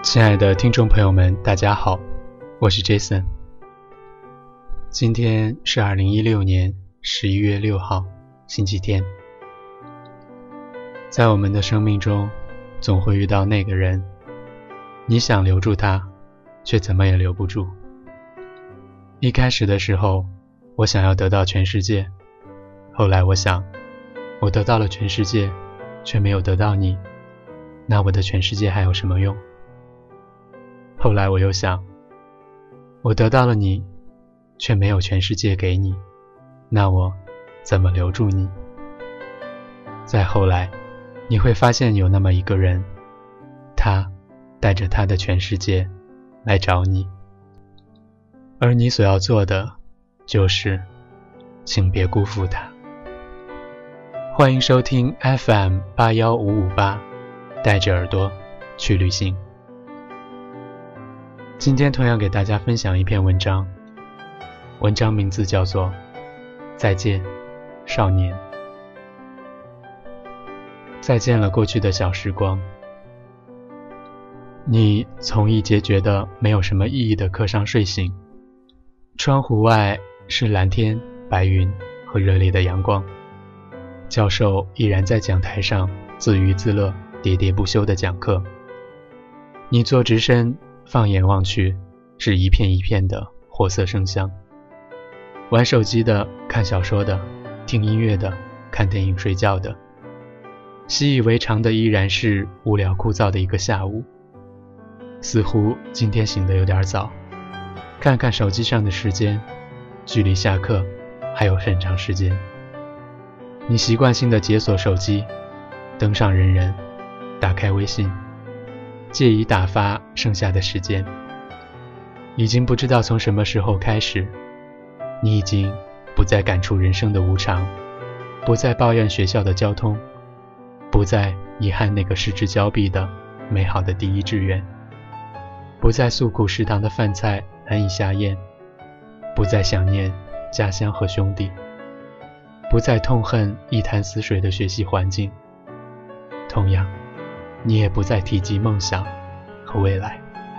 亲爱的听众朋友们，大家好，我是 Jason。今天是2016年11月6号，星期天。在我们的生命中，总会遇到那个人，你想留住他，却怎么也留不住。一开始的时候，我想要得到全世界，后来我想，我得到了全世界，却没有得到你，那我的全世界还有什么用？后来我又想，我得到了你，却没有全世界给你，那我怎么留住你？再后来，你会发现有那么一个人，他带着他的全世界来找你，而你所要做的就是请别辜负他。欢迎收听 FM81558，带着耳朵去旅行。今天同样给大家分享一篇文章，文章名字叫做《再见，少年》。再见了过去的小时光，你从一节觉得没有什么意义的课上睡醒，窗户外是蓝天、白云和热烈的阳光，教授依然在讲台上自娱自乐、喋喋不休地讲课。你坐直身，放眼望去，是一片一片的活色生香。玩手机的，看小说的，听音乐的，看电影睡觉的，习以为常的依然是无聊枯燥的一个下午。似乎今天醒得有点早，看看手机上的时间，距离下课还有很长时间。你习惯性的解锁手机，登上人人，打开微信，借以打发剩下的时间。已经不知道从什么时候开始，你已经不再感触人生的无常，不再抱怨学校的交通，不再遗憾那个失之交臂的美好的第一志愿，不再诉苦食堂的饭菜难以下咽，不再想念家乡和兄弟，不再痛恨一潭死水的学习环境。同样，你也不再提及梦想和未来。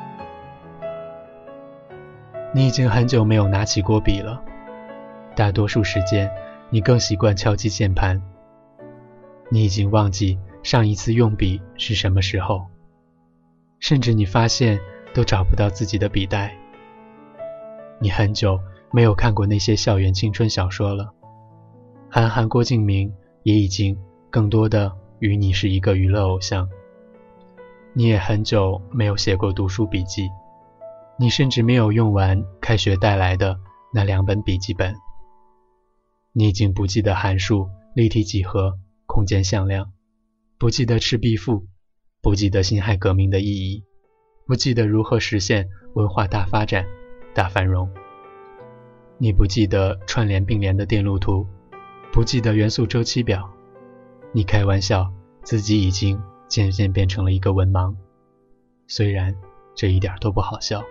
你已经很久没有拿起过笔了，大多数时间你更习惯敲击键盘。你已经忘记上一次用笔是什么时候，甚至你发现都找不到自己的笔袋。你很久没有看过那些校园青春小说了，韩寒、郭敬明也已经更多的与你是一个娱乐偶像。你也很久没有写过读书笔记，你甚至没有用完开学带来的那2本笔记本。你已经不记得函数、立体几何、空间向量，不记得赤壁赋，不记得辛亥革命的意义，不记得如何实现文化大发展、大繁荣。你不记得串联并联的电路图，不记得元素周期表。你开玩笑，自己已经渐渐变成了一个文盲，虽然这一点都不好笑。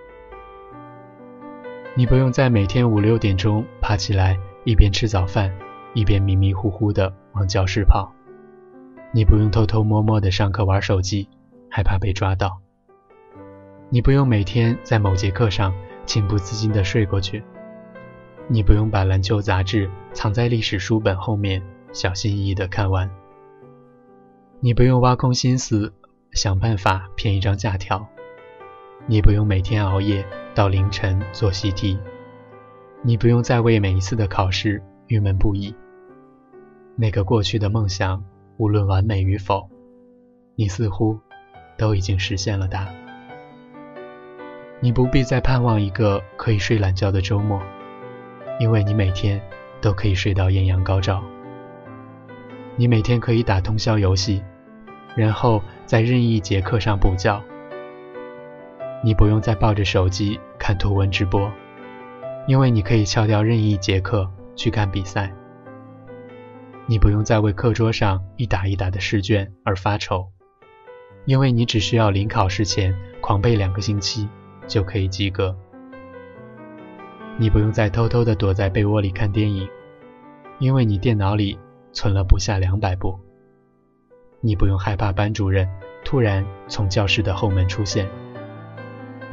你不用在每天5、6点钟爬起来，一边吃早饭，一边迷迷糊糊地往教室跑。你不用偷偷摸摸地上课玩手机，害怕被抓到。你不用每天在某节课上情不自禁地睡过去。你不用把篮球杂志藏在历史书本后面，小心翼翼地看完。你不用挖空心思想办法骗一张假条。你不用每天熬夜到凌晨做习题。你不用再为每一次的考试郁闷不已。那个过去的梦想，无论完美与否，你似乎都已经实现了它。你不必再盼望一个可以睡懒觉的周末，因为你每天都可以睡到艳阳高照。你每天可以打通宵游戏，然后在任意一节课上补觉。你不用再抱着手机看图文直播，因为你可以翘掉任意一节课去看比赛。你不用再为课桌上一打一打的试卷而发愁，因为你只需要临考试前狂背2个星期就可以及格。你不用再偷偷地躲在被窝里看电影，因为你电脑里存了不下200部。你不用害怕班主任突然从教室的后门出现，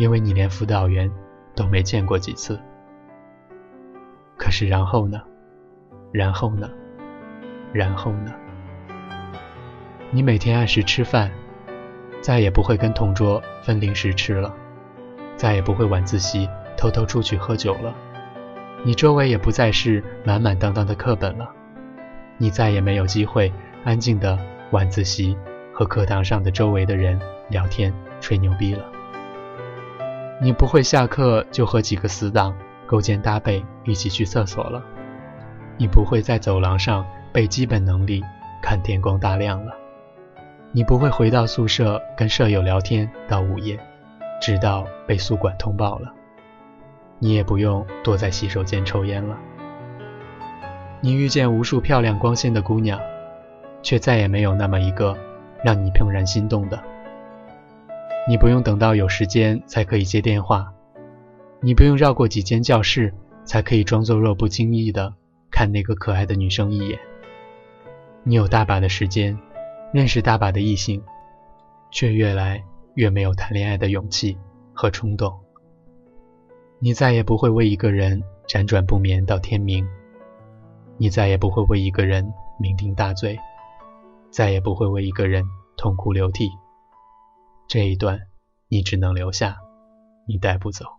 因为你连辅导员都没见过几次。可是然后呢？然后呢？然后呢？你每天按时吃饭，再也不会跟同桌分零食吃了，再也不会晚自习偷偷出去喝酒了，你周围也不再是满满当当的课本了，你再也没有机会安静的晚自习和课堂上的周围的人聊天吹牛逼了。你不会下课就和几个死党勾肩搭背一起去厕所了，你不会在走廊上背基本能力看天光大亮了，你不会回到宿舍跟舍友聊天到午夜，直到被宿管通报了，你也不用躲在洗手间抽烟了。你遇见无数漂亮光鲜的姑娘，却再也没有那么一个让你怦然心动的。你不用等到有时间才可以接电话，你不用绕过几间教室才可以装作若不经意的看那个可爱的女生一眼。你有大把的时间认识大把的异性，却越来越没有谈恋爱的勇气和冲动。你再也不会为一个人辗转不眠到天明，你再也不会为一个人酩酊大醉，再也不会为一个人痛哭流涕。这一段你只能留下，你带不走。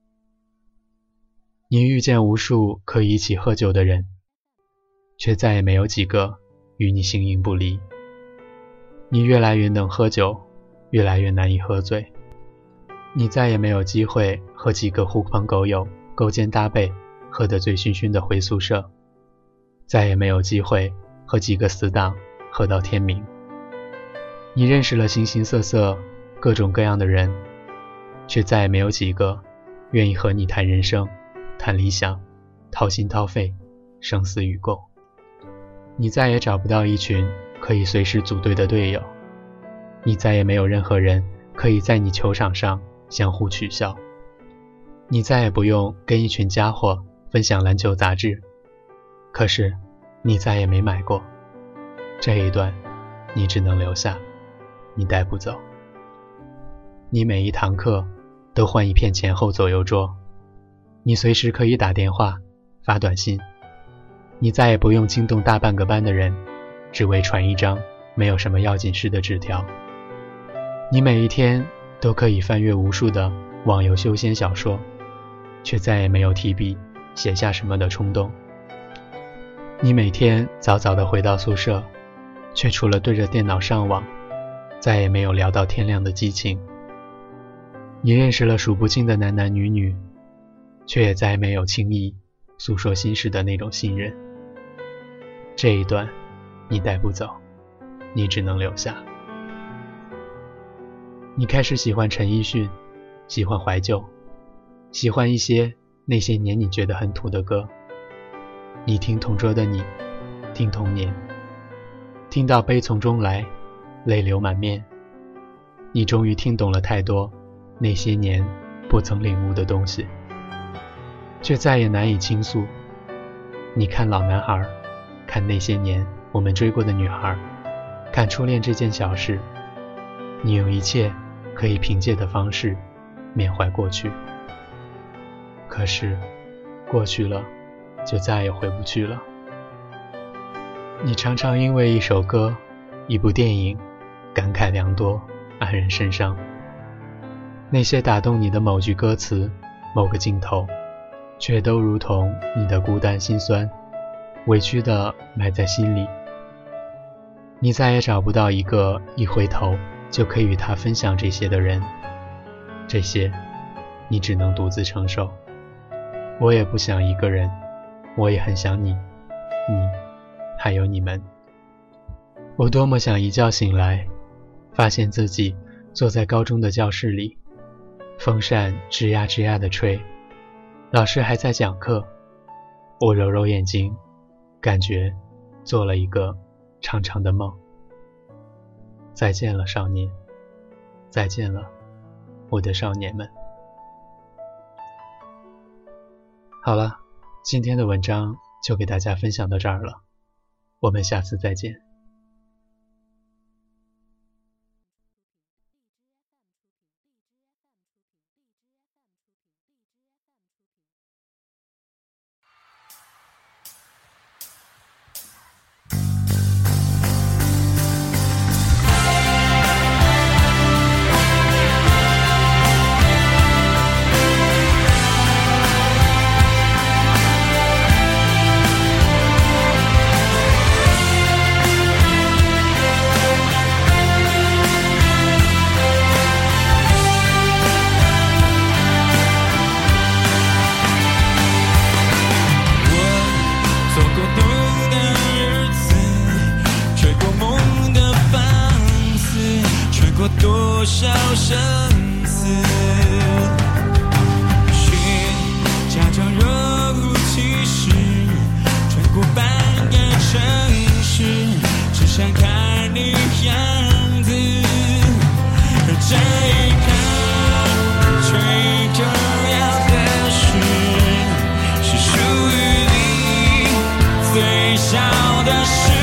你遇见无数可以一起喝酒的人，却再也没有几个与你形影不离。你越来越能喝酒，越来越难以喝醉。你再也没有机会和几个狐朋狗友勾肩搭背，喝得醉醺醺的回宿舍，再也没有机会和几个死党喝到天明。你认识了形形色色各种各样的人，却再也没有几个愿意和你谈人生，谈理想，掏心掏肺，生死与共。你再也找不到一群可以随时组队的队友，你再也没有任何人可以在你球场上相互取笑，你再也不用跟一群家伙分享篮球杂志，可是你再也没买过。这一段你只能留下，你带不走。你每一堂课都换一片前后左右桌，你随时可以打电话发短信，你再也不用惊动大半个班的人，只为传一张没有什么要紧事的纸条。你每一天都可以翻阅无数的网游修仙小说，却再也没有提笔写下什么的冲动。你每天早早地回到宿舍，却除了对着电脑上网，再也没有聊到天亮的激情。你认识了数不清的男男女女，却也再没有轻易诉说心事的那种信任。这一段你带不走，你只能留下。你开始喜欢陈奕迅，喜欢怀旧，喜欢一些那些年你觉得很土的歌。你听同桌的你，听童年，听到悲从中来，泪流满面。你终于听懂了太多那些年不曾领悟的东西，却再也难以倾诉。你看老男孩，看那些年我们追过的女孩，看初恋这件小事，你用一切可以凭借的方式缅怀过去。可是过去了就再也回不去了。你常常因为一首歌，一部电影感慨良多，黯然神伤。那些打动你的某句歌词，某个镜头，却都如同你的孤单心酸，委屈地埋在心里。你再也找不到一个一回头就可以与他分享这些的人，这些你只能独自承受。我也不想一个人，我也很想你，你还有你们。我多么想一觉醒来，发现自己坐在高中的教室里，风扇吱呀吱呀地吹，老师还在讲课，我揉揉眼睛，感觉做了一个长长的梦。再见了少年，再见了我的少年们。好了，今天的文章就给大家分享到这儿了，我们下次再见。 的事